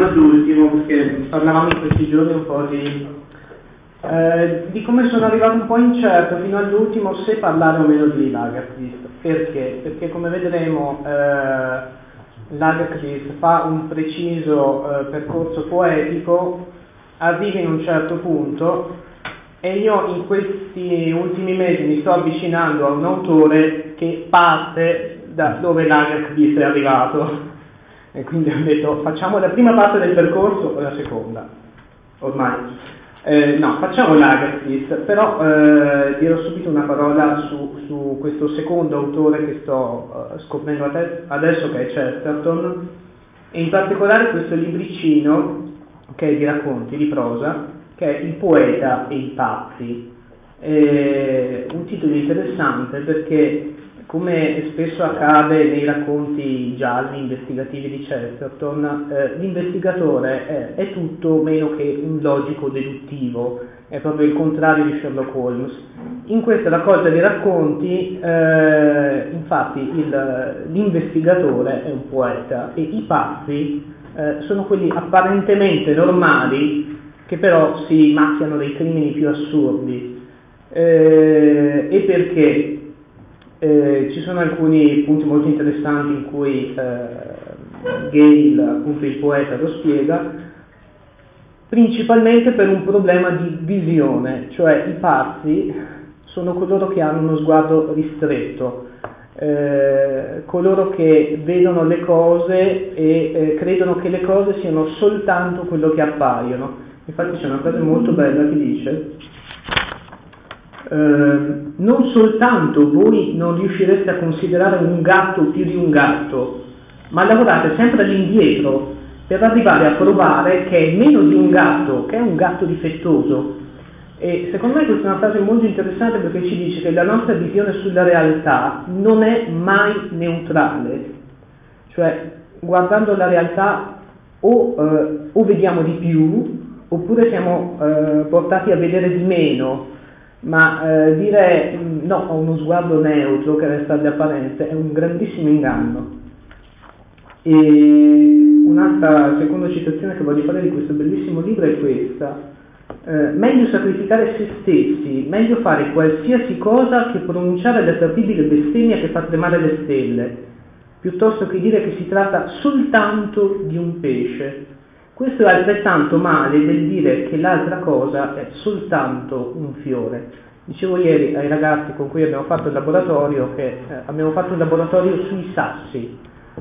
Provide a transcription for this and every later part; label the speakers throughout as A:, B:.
A: all'ultimo, perché parlavamo in questi giorni un po' di come sono arrivato un po' incerto fino all'ultimo se parlare o meno di Lagerfeld. Perché? Perché come vedremo Lagerfeld fa un preciso percorso poetico, arriva in un certo punto, e io in questi ultimi mesi mi sto avvicinando a un autore che parte da dove Lagerfeld è arrivato, e quindi ho detto facciamo la prima parte del percorso o la seconda, ormai no, facciamo Lagerfeld, però dirò subito una parola su questo secondo autore che sto scoprendo adesso, che è Chesterton, e in particolare questo libricino che è di racconti, di prosa, che è Il poeta e i pazzi. Un titolo interessante perché, come spesso accade nei racconti gialli investigativi di Chesterton, l'investigatore è tutto meno che un logico deduttivo, è proprio il contrario di Sherlock Holmes. In questa raccolta di racconti, infatti, l'investigatore è un poeta e i pazzi sono quelli apparentemente normali che però si macchiano dei crimini più assurdi. E perché? Ci sono alcuni punti molto interessanti in cui Gale, appunto il poeta, lo spiega, principalmente per un problema di visione, cioè i pazzi sono coloro che hanno uno sguardo ristretto, coloro che vedono le cose e credono che le cose siano soltanto quello che appaiono. Infatti c'è una frase molto bella che dice: non soltanto voi non riuscireste a considerare un gatto più di un gatto, ma lavorate sempre all'indietro per arrivare a provare che è meno di un gatto, che è un gatto difettoso. E secondo me questa è una frase molto interessante perché ci dice che la nostra visione sulla realtà non è mai neutrale, cioè guardando la realtà o vediamo di più oppure siamo portati a vedere di meno. Ma dire no, ho uno sguardo neutro che resta alle apparenze è un grandissimo inganno. E un'altra seconda citazione che voglio fare di questo bellissimo libro è questa: meglio sacrificare se stessi, meglio fare qualsiasi cosa che pronunciare la terribile bestemmia che fa tremare le stelle, piuttosto che dire che si tratta soltanto di un pesce. Questo è altrettanto male del dire che l'altra cosa è soltanto un fiore. Dicevo ieri ai ragazzi con cui abbiamo fatto il laboratorio che abbiamo fatto un laboratorio sui sassi,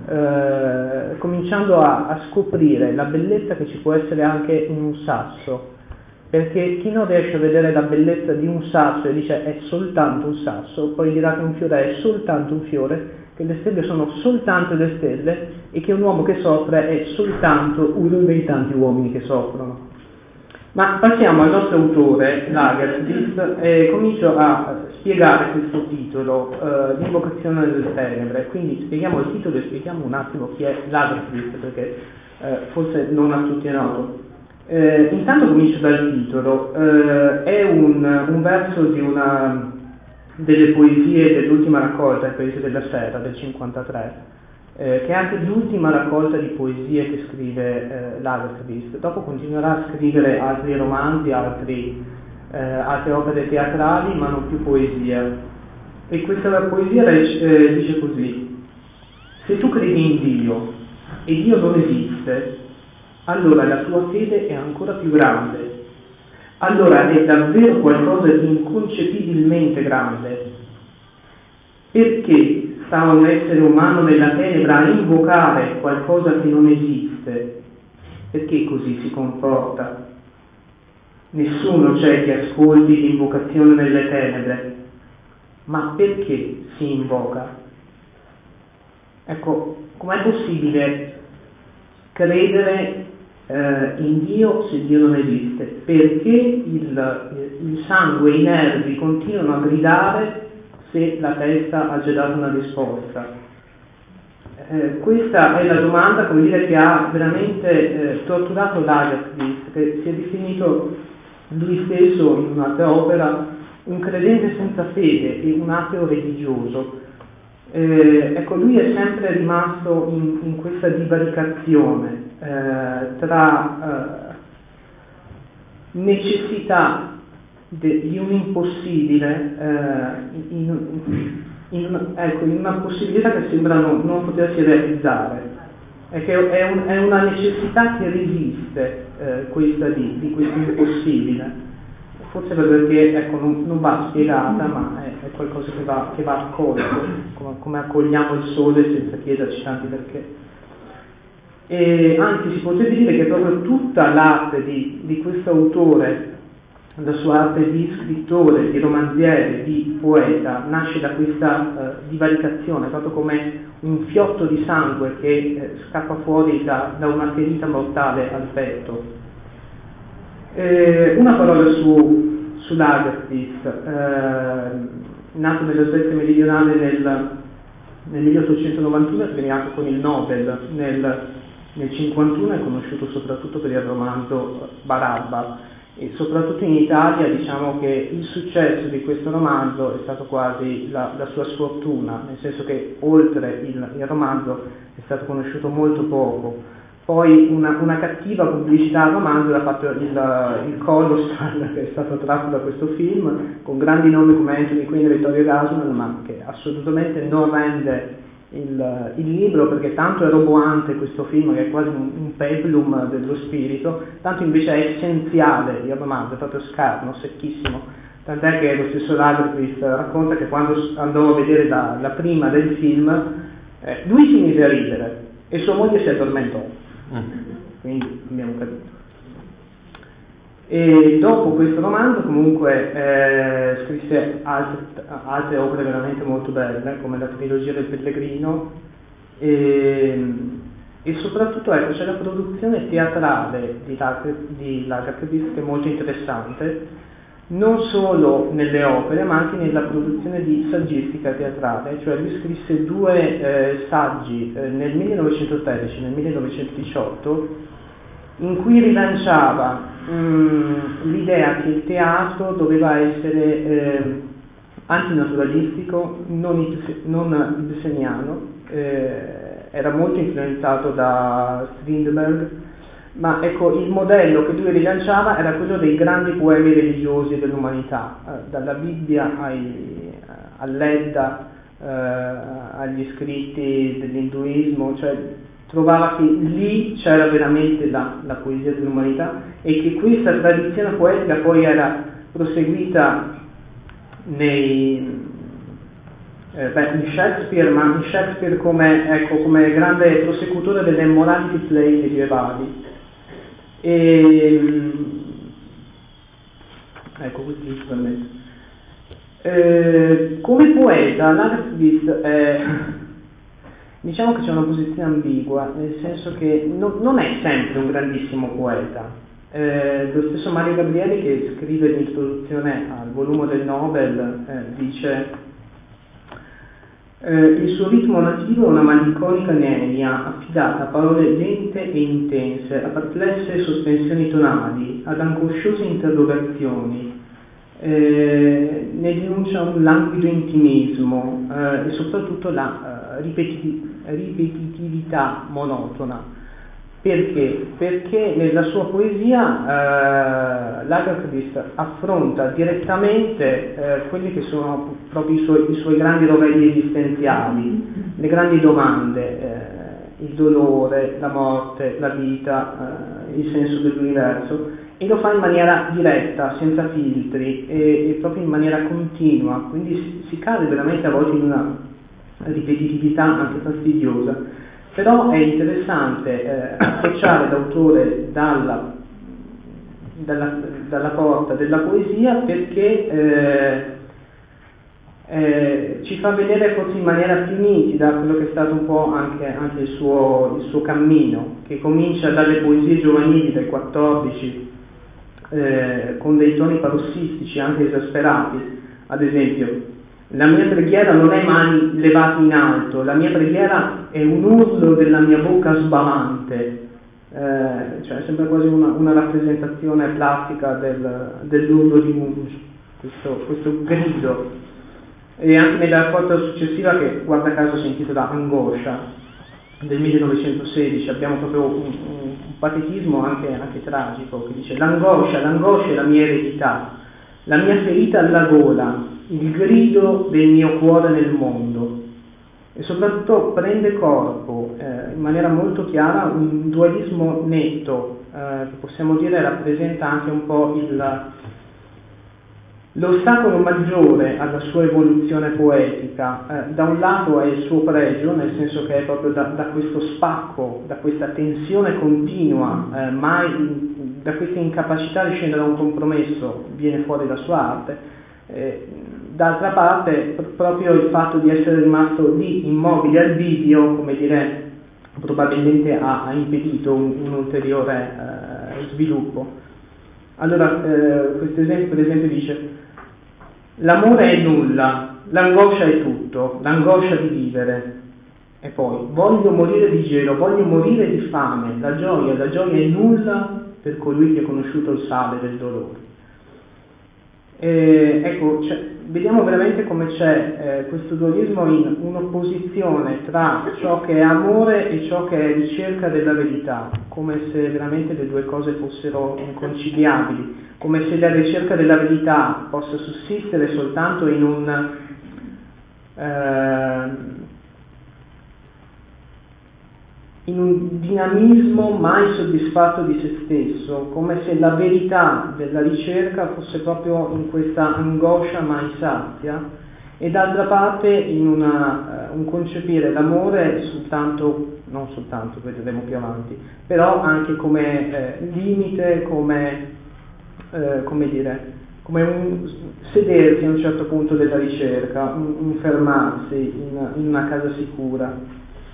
A: cominciando a scoprire la bellezza che ci può essere anche in un sasso, perché chi non riesce a vedere la bellezza di un sasso e dice è soltanto un sasso, poi dirà che un fiore è soltanto un fiore, che le stelle sono soltanto le stelle e che un uomo che soffre è soltanto uno dei tanti uomini che soffrono. Ma passiamo al nostro autore, Lagerfeld, e comincio a spiegare questo titolo, L'invocazione delle tenebre. Quindi spieghiamo il titolo e spieghiamo un attimo chi è Lagerfeld, perché forse non a tutti è noto. Intanto comincio dal titolo, è un verso di una delle poesie dell'ultima raccolta, il Paese della Sera, del 53, che è anche l'ultima raccolta di poesie che scrive Lagerfeld. Dopo continuerà a scrivere altri romanzi, altre opere teatrali, ma non più poesia. E questa poesia dice così: se tu credi in Dio e Dio non esiste, allora la tua fede è ancora più grande. Allora è davvero qualcosa di inconcepibilmente grande. Perché sta un essere umano nella tenebra a invocare qualcosa che non esiste? Perché così si comporta? Nessuno c'è che ascolti l'invocazione nelle tenebre. Ma perché si invoca? Ecco, com'è possibile credere in Dio se Dio non esiste? Perché il sangue e i nervi continuano a gridare se la testa ha già dato una risposta? Questa è la domanda, come dire, che ha veramente torturato Lagerfeld, che si è definito lui stesso in un'altra opera un credente senza fede e un ateo religioso. Ecco, lui è sempre rimasto in questa divaricazione tra necessità di un impossibile in una possibilità che sembra non potersi realizzare. È che è una necessità che resiste questa di questo impossibile. Forse perché ecco, non va spiegata, ma è qualcosa che va accolto, come accogliamo il sole senza chiederci tanti perché. E anzi, si potrebbe dire che proprio tutta l'arte di questo autore, la sua arte di scrittore, di romanziere, di poeta, nasce da questa divaricazione, proprio come un fiotto di sangue che scappa fuori da una ferita mortale al petto. Una parola su Lagerfeld, nato nella Svezia meridionale nel 1891, è premiato con il Nobel nel 1951, è conosciuto soprattutto per il romanzo Barabba, e soprattutto in Italia diciamo che il successo di questo romanzo è stato quasi la sua sfortuna, nel senso che oltre il romanzo è stato conosciuto molto poco. Poi una cattiva pubblicità al romanzo l'ha fatto il Colossal, che è stato tratto da questo film, con grandi nomi come Anthony Quinn e Vittorio Gassman, ma che assolutamente non rende il libro, perché tanto è roboante questo film, che è quasi un peplum dello spirito, tanto invece è essenziale il romanzo, è proprio scarno, secchissimo. Tant'è che lo stesso Lagerfeld racconta che quando andò a vedere la prima del film, lui si mise a ridere e sua moglie si addormentò. Quindi abbiamo capito. E dopo questo romanzo comunque scrisse altre opere veramente molto belle, come la trilogia del Pellegrino, e soprattutto ecco, c'è la produzione teatrale di Lagerfeld che è molto interessante, non solo nelle opere ma anche nella produzione di saggistica teatrale, cioè lui scrisse 2 saggi nel 1913 e nel 1918 in cui rilanciava l'idea che il teatro doveva essere antinaturalistico, non ibseniano, era molto influenzato da Strindberg, ma ecco, il modello che lui rilanciava era quello dei grandi poemi religiosi dell'umanità, dalla Bibbia all'Edda, agli scritti dell'induismo, cioè trovava che lì c'era veramente la poesia dell'umanità e che questa tradizione poetica poi era proseguita in Shakespeare, ma in Shakespeare come grande prosecutore delle morality play medievali. Ecco, questo per me. Come poeta, Lagerfeld diciamo che c'è una posizione ambigua, nel senso che non è sempre un grandissimo poeta. Lo stesso Mario Gabrieli, che scrive l'introduzione al volume del Nobel, dice il suo ritmo nativo è una malinconica nebbia affidata a parole lente e intense, a perplesse sospensioni tonali, ad angosciose interrogazioni. Ne denuncia un languido intimismo e soprattutto la ripetitività monotona. Perché? Perché nella sua poesia Lagerfeld affronta direttamente quelli che sono proprio i suoi grandi rovesci esistenziali, le grandi domande, il dolore, la morte, la vita, il senso dell'universo, e lo fa in maniera diretta, senza filtri e proprio in maniera continua, quindi si cade veramente a volte in una ripetitività anche fastidiosa. Però è interessante approcciare l'autore dalla porta della poesia, perché ci fa vedere forse in maniera più nitida quello che è stato un po' anche il suo cammino, che comincia dalle poesie giovanili del 14 con dei toni parossistici anche esasperati. Ad esempio, la mia preghiera non è mani levate in alto, la mia preghiera è un urlo della mia bocca sbavante, cioè sembra quasi una rappresentazione plastica dell'urlo di Munch, questo grido. e anche nella raccolta successiva, che guarda caso si intitola Angoscia, del 1916, abbiamo proprio un patetismo anche tragico, che dice: l'angoscia è la mia eredità, la mia ferita alla gola, il grido del mio cuore nel mondo. E soprattutto prende corpo in maniera molto chiara un dualismo netto, che possiamo dire rappresenta anche un po' l'ostacolo maggiore alla sua evoluzione poetica. Da un lato è il suo pregio, nel senso che è proprio da questo spacco, da questa tensione continua, da questa incapacità di scendere a un compromesso viene fuori la sua arte. D'altra parte proprio il fatto di essere rimasto lì immobile al bivio, come dire, probabilmente ha impedito un ulteriore sviluppo. Allora questo esempio per esempio dice: l'amore è nulla, l'angoscia è tutto, l'angoscia di vivere. E poi: voglio morire di gelo, voglio morire di fame, la gioia è nulla per colui che ha conosciuto il sale del dolore. Ecco, vediamo veramente come c'è questo dualismo in un'opposizione tra ciò che è amore e ciò che è ricerca della verità, come se veramente le due cose fossero inconciliabili, come se la ricerca della verità possa sussistere soltanto in un dinamismo mai soddisfatto di se stesso, come se la verità della ricerca fosse proprio in questa angoscia mai sazia, e d'altra parte in un concepire l'amore non soltanto, vedremo più avanti, però anche come limite, come un sedersi a un certo punto della ricerca, un fermarsi in una casa sicura.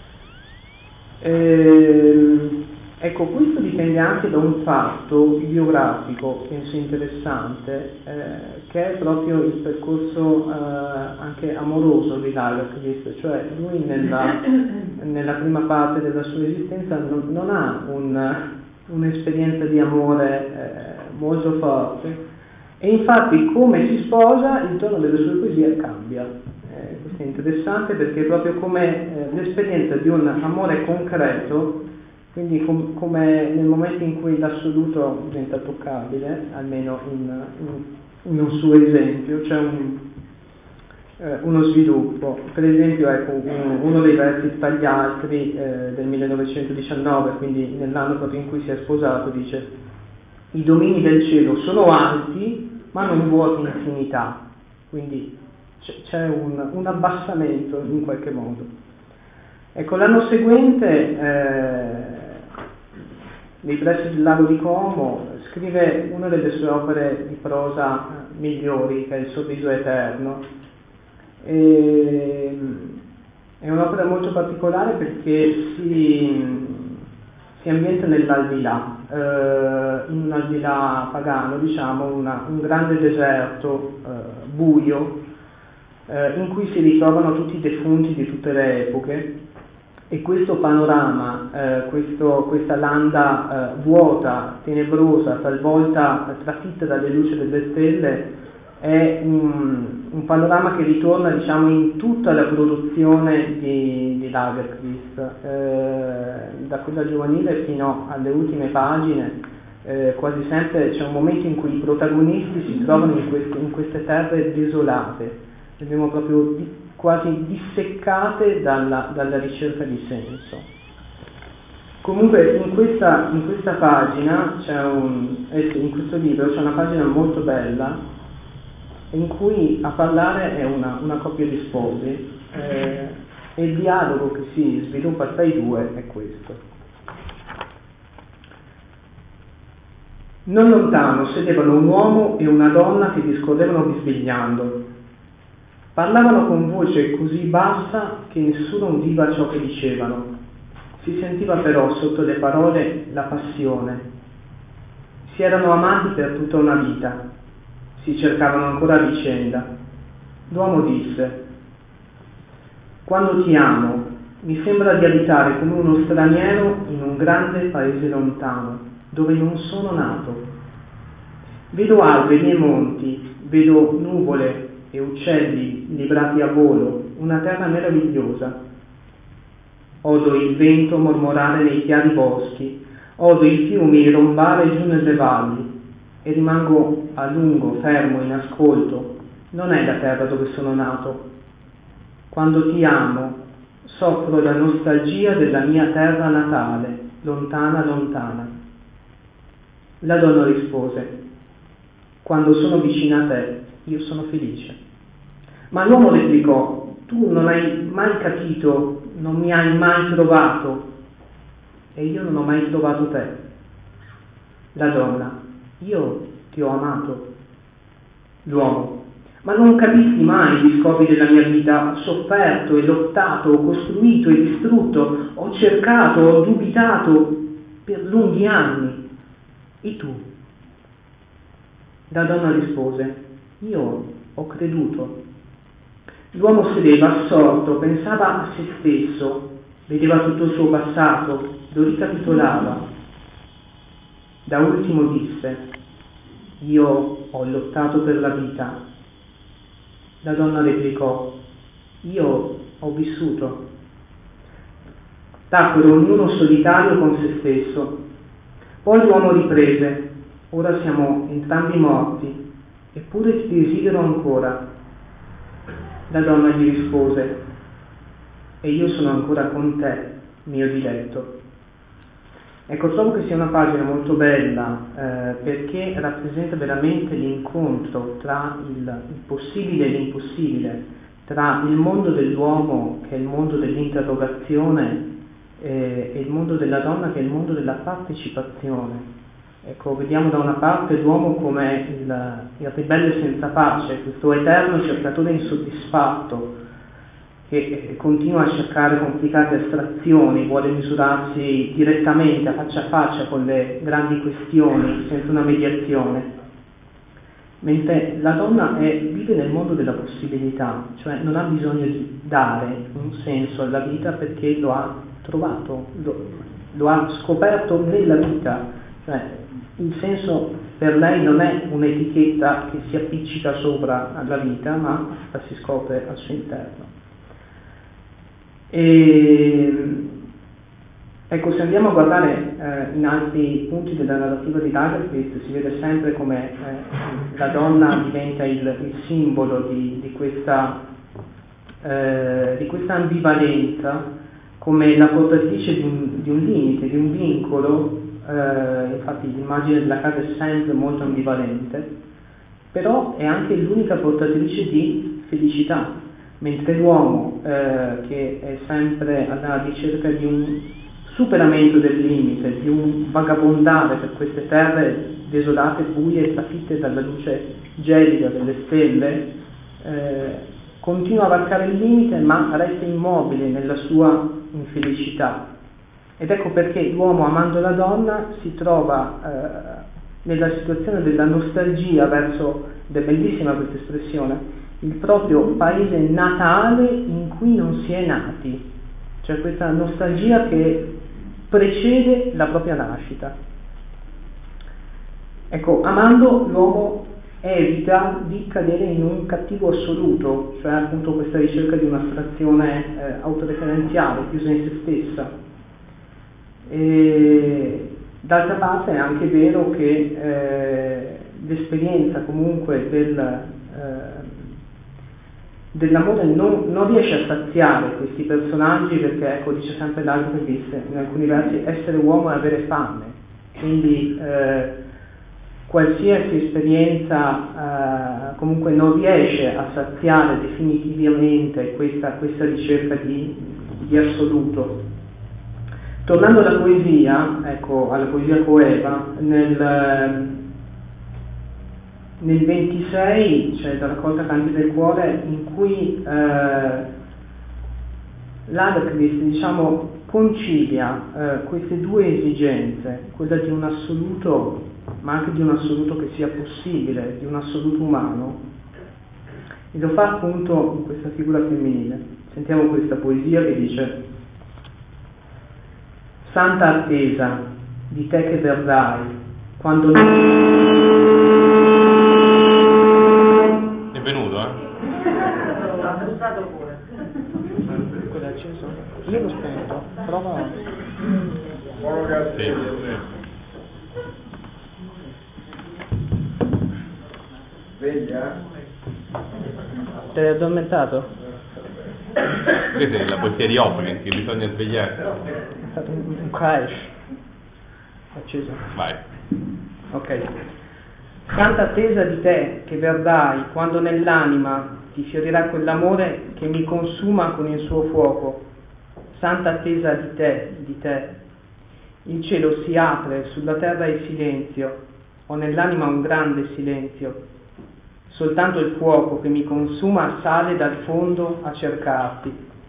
A: Ecco, questo dipende anche da un fatto biografico, penso interessante, che è proprio il percorso anche amoroso di Lagerkvist, cioè lui nella prima parte della sua esistenza non ha un'esperienza di amore molto forte, e infatti come si sposa il tono delle sue poesie cambia. Questo è interessante perché è proprio come l'esperienza di un amore concreto, quindi come nel momento in cui l'assoluto diventa toccabile, almeno in un suo esempio, c'è uno sviluppo. Per esempio, ecco, uno dei versi tra gli altri del 1919, quindi nell'anno proprio in cui si è sposato, dice: i domini del cielo sono alti ma non vuoti infinità, quindi c'è un abbassamento in qualche modo. Ecco, l'anno seguente, nei pressi del lago di Como, scrive una delle sue opere di prosa migliori, che è Il sorriso eterno. È un'opera molto particolare perché si ambienta nell'aldilà, in un aldilà pagano, diciamo, un grande deserto buio, in cui si ritrovano tutti i defunti di tutte le epoche, e questo panorama, questa landa vuota, tenebrosa, talvolta trafitta dalle luci delle stelle, è un panorama che ritorna, diciamo, in tutta la produzione di Lagerkvist, da quella giovanile fino alle ultime pagine. Quasi sempre c'è un momento in cui i protagonisti si trovano in queste terre desolate, vediamo proprio quasi disseccate dalla ricerca di senso. Comunque in questa pagina in questo libro c'è una pagina molto bella in cui a parlare è una coppia di sposi, e il dialogo che si sviluppa tra i due è questo. Non lontano sedevano un uomo e una donna che discorrevano bisbigliando. Parlavano con voce così bassa che nessuno udiva ciò che dicevano. Si sentiva però sotto le parole la passione. Si erano amati per tutta una vita. Si cercavano ancora a vicenda. L'uomo disse: quando ti amo, mi sembra di abitare come uno straniero in un grande paese lontano, dove non sono nato. Vedo alberi e monti, vedo nuvole e uccelli librati a volo, una terra meravigliosa. Odo il vento mormorare nei chiari boschi, odo i fiumi rombare giù nelle valli e rimango a lungo fermo in ascolto. Non è la terra dove sono nato. Quando ti amo, soffro la nostalgia della mia terra natale, lontana, lontana. La donna rispose: quando sono vicina a te, io sono felice. Ma l'uomo replicò: tu non hai mai capito, non mi hai mai trovato, e io non ho mai trovato te. La donna: io ti ho amato. L'uomo: ma non capissi mai gli scopi della mia vita, ho sofferto e lottato, ho costruito e distrutto, ho cercato, ho dubitato per lunghi anni. E tu? La donna rispose: io ho creduto. L'uomo sedeva assorto, pensava a se stesso, vedeva tutto il suo passato, lo ricapitolava. Da ultimo disse: io ho lottato per la vita. La donna replicò: io ho vissuto. Tacquero ognuno solitario con se stesso. Poi l'uomo riprese: ora siamo entrambi morti, eppure ti desidero ancora. La donna gli rispose: e io sono ancora con te, mio diletto. Ecco, trovo che sia una pagina molto bella perché rappresenta veramente l'incontro tra il possibile e l'impossibile, tra il mondo dell'uomo, che è il mondo dell'interrogazione, e il mondo della donna, che è il mondo della partecipazione. Ecco, vediamo da una parte l'uomo come il ribelle senza pace, questo eterno cercatore insoddisfatto che continua a cercare complicate astrazioni, vuole misurarsi direttamente, a faccia con le grandi questioni, senza una mediazione. Mentre la donna vive nel mondo della possibilità, cioè non ha bisogno di dare un senso alla vita perché lo ha trovato, lo ha scoperto nella vita. Cioè, il senso per lei non è un'etichetta che si appiccica sopra alla vita, ma la si scopre al suo interno. Ecco, se andiamo a guardare in altri punti della narrativa di Lagerfeld, si vede sempre come la donna diventa il simbolo di questa ambivalenza, come la portatrice di un limite, di un vincolo. Infatti l'immagine della casa è sempre molto ambivalente, però è anche l'unica portatrice di felicità. Mentre l'uomo che è sempre alla ricerca di un superamento del limite, di un vagabondare per queste terre desolate, buie, trafitte dalla luce gelida delle stelle, continua a varcare il limite ma resta immobile nella sua infelicità. Ed ecco perché l'uomo, amando la donna, si trova nella situazione della nostalgia verso, ed è bellissima questa espressione, il proprio paese natale in cui non si è nati, cioè questa nostalgia che precede la propria nascita. Ecco, amando l'uomo evita di cadere in un cattivo assoluto, cioè appunto questa ricerca di un'astrazione autoreferenziale, chiusa in se stessa. E d'altra parte è anche vero che l'esperienza comunque dell'amore non riesce a saziare questi personaggi, perché ecco, dice sempre l'altro che disse in alcuni versi: essere uomo è avere fame, quindi qualsiasi esperienza comunque non riesce a saziare definitivamente questa ricerca di assoluto. Tornando alla poesia, ecco, alla poesia coeva, nel 26 c'è la raccolta Canti del Cuore, in cui Lagerfeld, diciamo, concilia queste due esigenze, quella di un assoluto, ma anche di un assoluto che sia possibile, di un assoluto umano, e lo fa appunto in questa figura femminile. Sentiamo questa poesia che dice: santa attesa di te che verrai, quando
B: è venuto,
A: Io l'ho spento, prova.
B: Sì.
C: Sveglia?
A: Ti hai addormentato?
B: Questa è la poesia di Hopkins, che bisogna svegliarsi.
A: È stato un crash. Acceso.
B: Vai.
A: Ok. Santa attesa di te che verrai quando nell'anima ti fiorirà quell'amore che mi consuma con il suo fuoco. Santa attesa di te. Il cielo si apre, sulla terra è silenzio, ho nell'anima un grande silenzio. Soltanto il fuoco che mi consuma sale dal fondo a cercarti.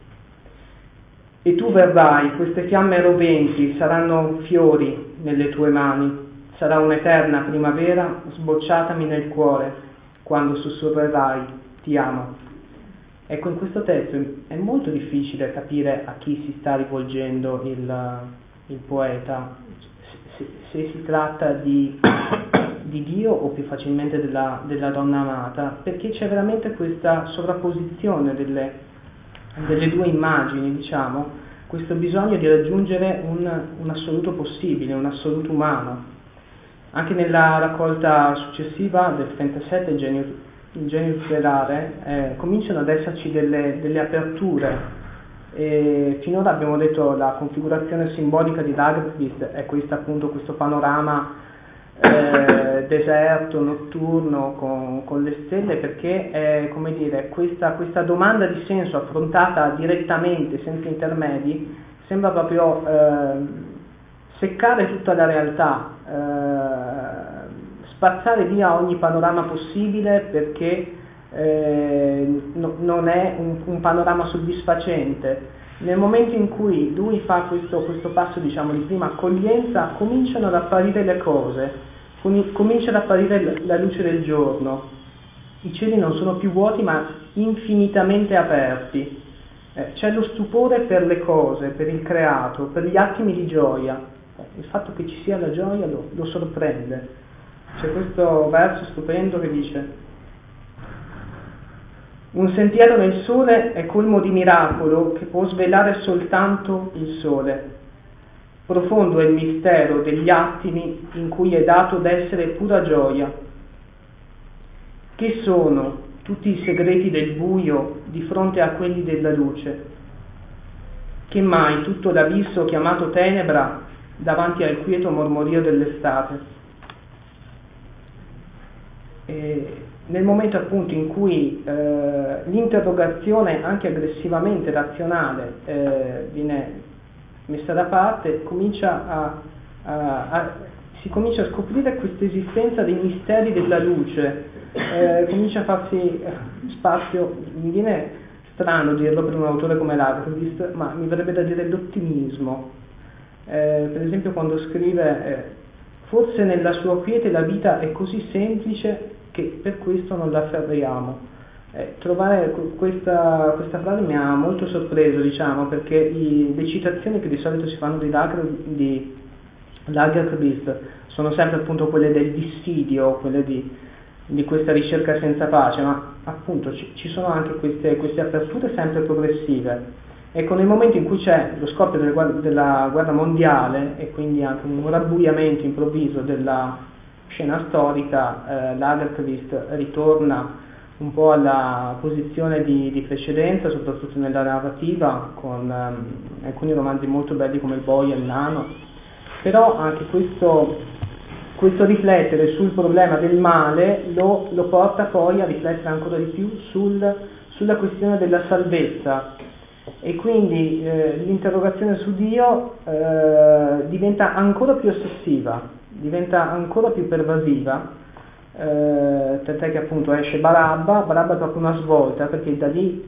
A: E tu verrai, queste fiamme roventi saranno fiori nelle tue mani. Sarà un'eterna primavera sbocciatami nel cuore quando sussurrerai ti amo. Ecco, in questo testo è molto difficile capire a chi si sta rivolgendo il poeta, se si tratta di Dio o più facilmente della donna amata, perché c'è veramente questa sovrapposizione delle due immagini, diciamo, questo bisogno di raggiungere un assoluto possibile, un assoluto umano. Anche nella raccolta successiva del 37, il genio tutelare, cominciano ad esserci delle aperture. Finora abbiamo detto la configurazione simbolica di Lagerkvist è questa, appunto, questo panorama deserto, notturno, con le stelle, perché è, come dire, questa domanda di senso affrontata direttamente, senza intermedi, sembra proprio seccare tutta la realtà, spazzare via ogni panorama possibile, perché non è un panorama soddisfacente. Nel momento in cui lui fa questo passo, diciamo, di prima accoglienza, cominciano ad apparire le cose, comincia ad apparire la luce del giorno, i cieli non sono più vuoti ma infinitamente aperti, c'è lo stupore per le cose, per il creato, per gli attimi di gioia. Il fatto che ci sia la gioia lo sorprende. C'è questo verso stupendo che dice: un sentiero nel sole è colmo di miracolo che può svelare soltanto il sole. Profondo è il mistero degli attimi in cui è dato d'essere pura gioia. Che sono tutti i segreti del buio di fronte a quelli della luce? Che mai tutto l'abisso chiamato tenebra davanti al quieto mormorio dell'estate? Nel momento, appunto, in cui l'interrogazione anche aggressivamente razionale viene messa da parte, si comincia a scoprire questa esistenza dei misteri della luce, comincia a farsi spazio, mi viene strano dirlo per un autore come Lagerkvist, ma mi verrebbe da dire l'ottimismo. Per esempio quando scrive forse nella sua quiete la vita è così semplice che per questo non la afferriamo. Trovare questa frase mi ha molto sorpreso, diciamo, perché le citazioni che di solito si fanno di Lagerkvist sono sempre, appunto, quelle del dissidio, quelle di questa ricerca senza pace, ma appunto ci sono anche queste aperture sempre progressive. Ecco, nel momento in cui c'è lo scoppio della guerra mondiale e quindi anche un rabbuiamento improvviso della scena storica, Lagerkvist ritorna un po' alla posizione di precedenza, soprattutto nella narrativa, con alcuni romanzi molto belli come Il Boia e il Nano, però anche questo riflettere sul problema del male lo porta poi a riflettere ancora di più sulla questione della salvezza, e quindi l'interrogazione su Dio diventa ancora più ossessiva, diventa ancora più pervasiva, tant'è che appunto esce Barabba è proprio una svolta, perché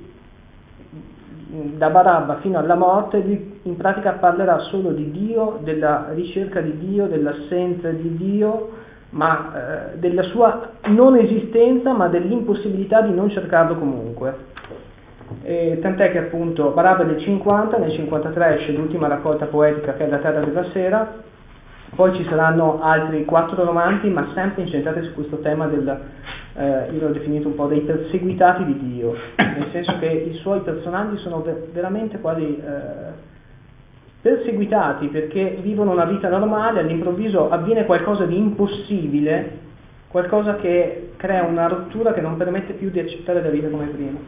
A: da Barabba fino alla morte lui in pratica parlerà solo di Dio, della ricerca di Dio, dell'assenza di Dio, ma della sua non esistenza, ma dell'impossibilità di non cercarlo comunque. Tant'è che appunto Barabba è del 50, nel 53 esce l'ultima raccolta poetica che è La terra della sera. Poi ci saranno altri 4 romanzi, ma sempre incentrati su questo tema io l'ho definito un po' dei perseguitati di Dio, nel senso che i suoi personaggi sono veramente quasi perseguitati perché vivono una vita normale, all'improvviso avviene qualcosa di impossibile, qualcosa che crea una rottura che non permette più di accettare la vita come prima.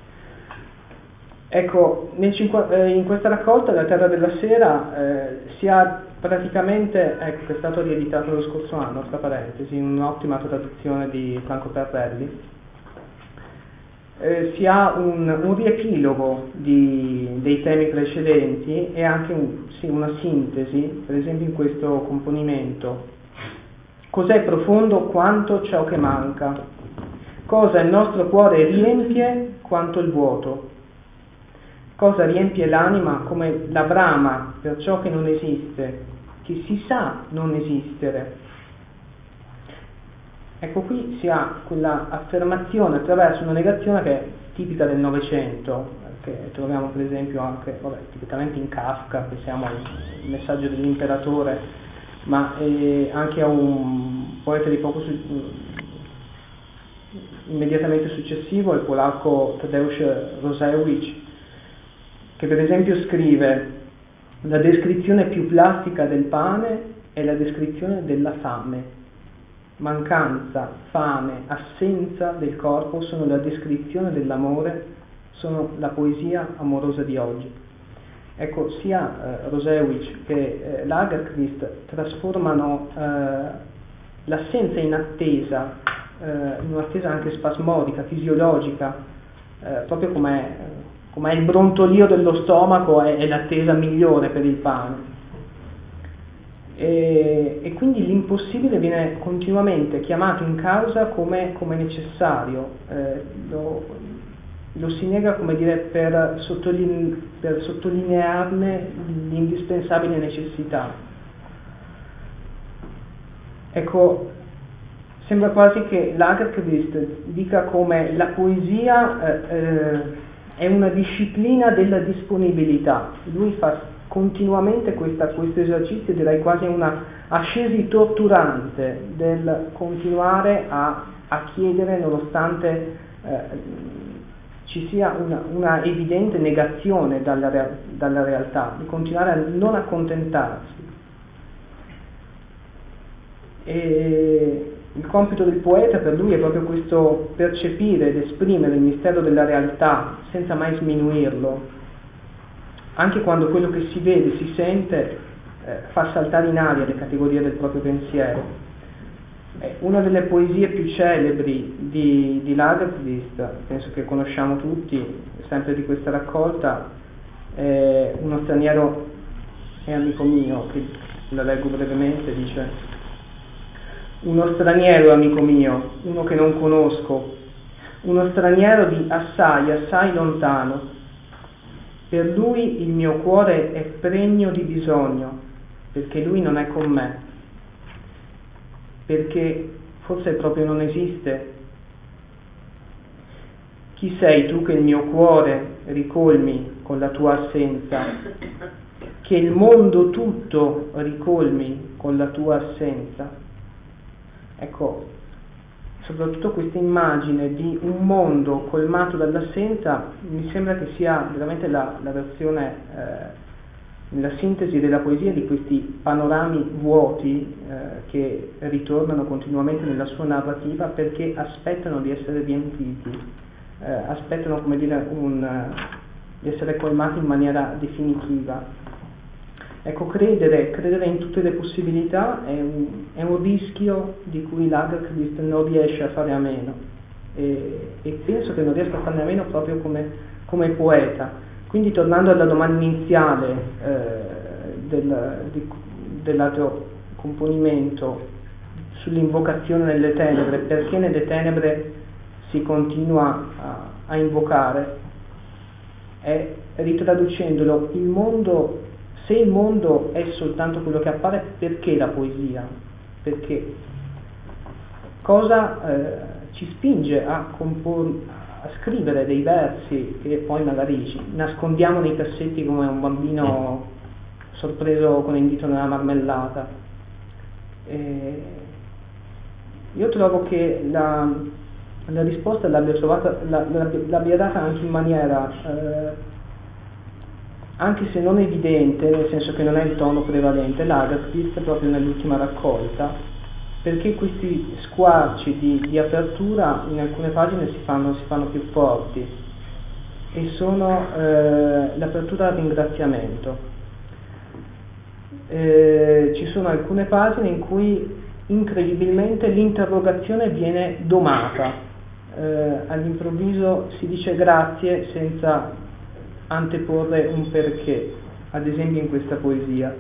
A: Ecco, in questa raccolta, La Terra della Sera, si ha praticamente, ecco, che è stato rieditato lo scorso anno, tra parentesi, in un'ottima traduzione di Franco Perrelli, si ha un riepilogo dei temi precedenti e anche una sintesi, per esempio in questo componimento. Cos'è profondo quanto ciò che manca? Cosa il nostro cuore riempie quanto il vuoto? Cosa riempie l'anima come la brama per ciò che non esiste, che si sa non esistere? Ecco, qui si ha quella affermazione attraverso una negazione che è tipica del Novecento, che troviamo per esempio anche, tipicamente in Kafka, pensiamo al Messaggio dell'imperatore, ma anche a un poeta di poco immediatamente successivo, il polacco Tadeusz Różewicz, che per esempio scrive: la descrizione più plastica del pane è la descrizione della fame. Mancanza, fame, assenza del corpo sono la descrizione dell'amore, sono la poesia amorosa di oggi. Ecco, sia Różewicz che Lagerkvist trasformano l'assenza in attesa, in un'attesa anche spasmodica, fisiologica, proprio come il brontolio dello stomaco è l'attesa migliore per il pane. E quindi l'impossibile viene continuamente chiamato in causa come necessario, lo si nega, come dire, per sottolinearne l'indispensabile necessità. Ecco, sembra quasi che Lagerkvist dica come la poesia è una disciplina della disponibilità. Lui fa continuamente questo esercizio, direi quasi una ascesi torturante del continuare a chiedere, nonostante ci sia una evidente negazione dalla realtà, di continuare a non accontentarsi. E il compito del poeta per lui è proprio questo: percepire ed esprimere il mistero della realtà senza mai sminuirlo, anche quando quello che si vede, si sente, fa saltare in aria le categorie del proprio pensiero. Una delle poesie più celebri di Lagerkvist, penso che conosciamo tutti, sempre di questa raccolta, è Uno straniero è amico mio, che la leggo brevemente. Dice: uno straniero è amico mio, uno che non conosco, uno straniero di assai lontano. Per lui il mio cuore è pregno di bisogno, perché lui non è con me, perché forse proprio non esiste. Chi sei tu che il mio cuore ricolmi con la tua assenza, che il mondo tutto ricolmi con la tua assenza? Ecco, soprattutto questa immagine di un mondo colmato dall'assenza mi sembra che sia veramente la versione, la sintesi della poesia di questi panorami vuoti che ritornano continuamente nella sua narrativa perché aspettano di essere riempiti, aspettano, come dire, di essere colmati in maniera definitiva. Ecco, credere in tutte le possibilità è un rischio di cui Lagerkvist non riesce a fare a meno, e penso che non riesca a farne a meno proprio come poeta. Quindi, tornando alla domanda iniziale dell'altro componimento sull'invocazione nelle tenebre, perché nelle tenebre si continua a invocare, è, ritraducendolo, il mondo. Se il mondo è soltanto quello che appare, perché la poesia? Perché? Cosa ci spinge a scrivere dei versi che poi magari ci nascondiamo nei cassetti come un bambino sorpreso con il dito nella marmellata? Io trovo che la risposta l'abbia trovata, l'abbia data anche in maniera, anche se non evidente, nel senso che non è il tono prevalente, Lagerkvist proprio nell'ultima raccolta, perché questi squarci di apertura in alcune pagine si fanno più forti, e sono l'apertura al ringraziamento. Ci sono alcune pagine in cui incredibilmente l'interrogazione viene domata, all'improvviso si dice grazie senza anteporre un perché, ad esempio in questa poesia.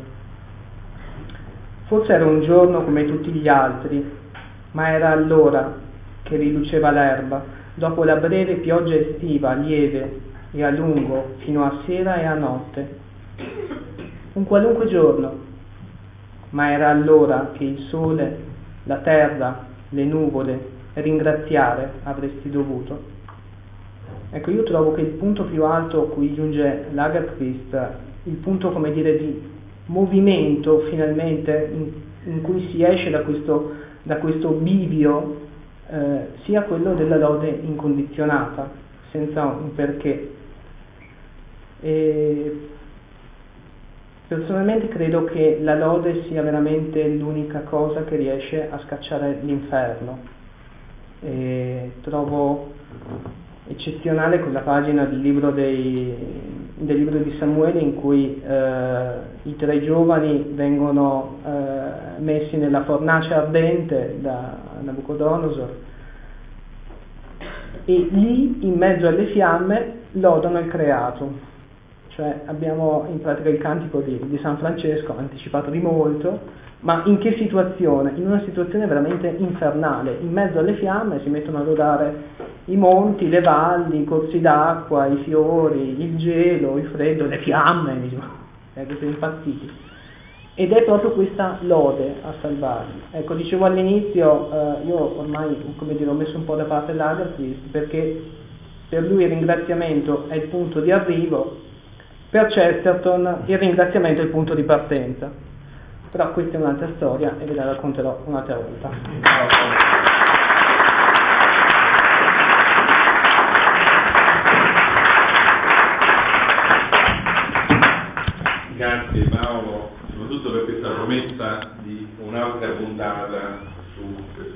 A: Forse era un giorno come tutti gli altri, ma era allora che riluceva l'erba, dopo la breve pioggia estiva, lieve e a lungo, fino a sera e a notte. Un qualunque giorno, ma era allora che il sole, la terra, le nuvole, ringraziare avresti dovuto. Ecco, io trovo che il punto più alto a cui giunge Lagerkvist, il punto, come dire, di movimento finalmente in cui si esce da questo bivio, sia quello della lode incondizionata, senza un perché. E personalmente credo che la lode sia veramente l'unica cosa che riesce a scacciare l'inferno, e trovo eccezionale quella pagina del libro di Samuele in cui i 3 giovani vengono messi nella fornace ardente da Nabucodonosor, e lì in mezzo alle fiamme lodano il creato. Cioè abbiamo in pratica il cantico di San Francesco, anticipato di molto, ma in che situazione? In una situazione veramente infernale. In mezzo alle fiamme si mettono a lodare i monti, le valli, i corsi d'acqua, i fiori, il gelo, il freddo, le fiamme, che sono impazziti. Ed è proprio questa lode a salvarli. Ecco, dicevo all'inizio, io ormai, come dire, ho messo un po' da parte Lagerkvist, perché per lui il ringraziamento è il punto di arrivo, per Chesterton il ringraziamento è il punto di partenza. Però questa è un'altra storia e ve la racconterò un'altra volta.
B: Grazie Paolo, soprattutto per questa promessa di un'altra puntata su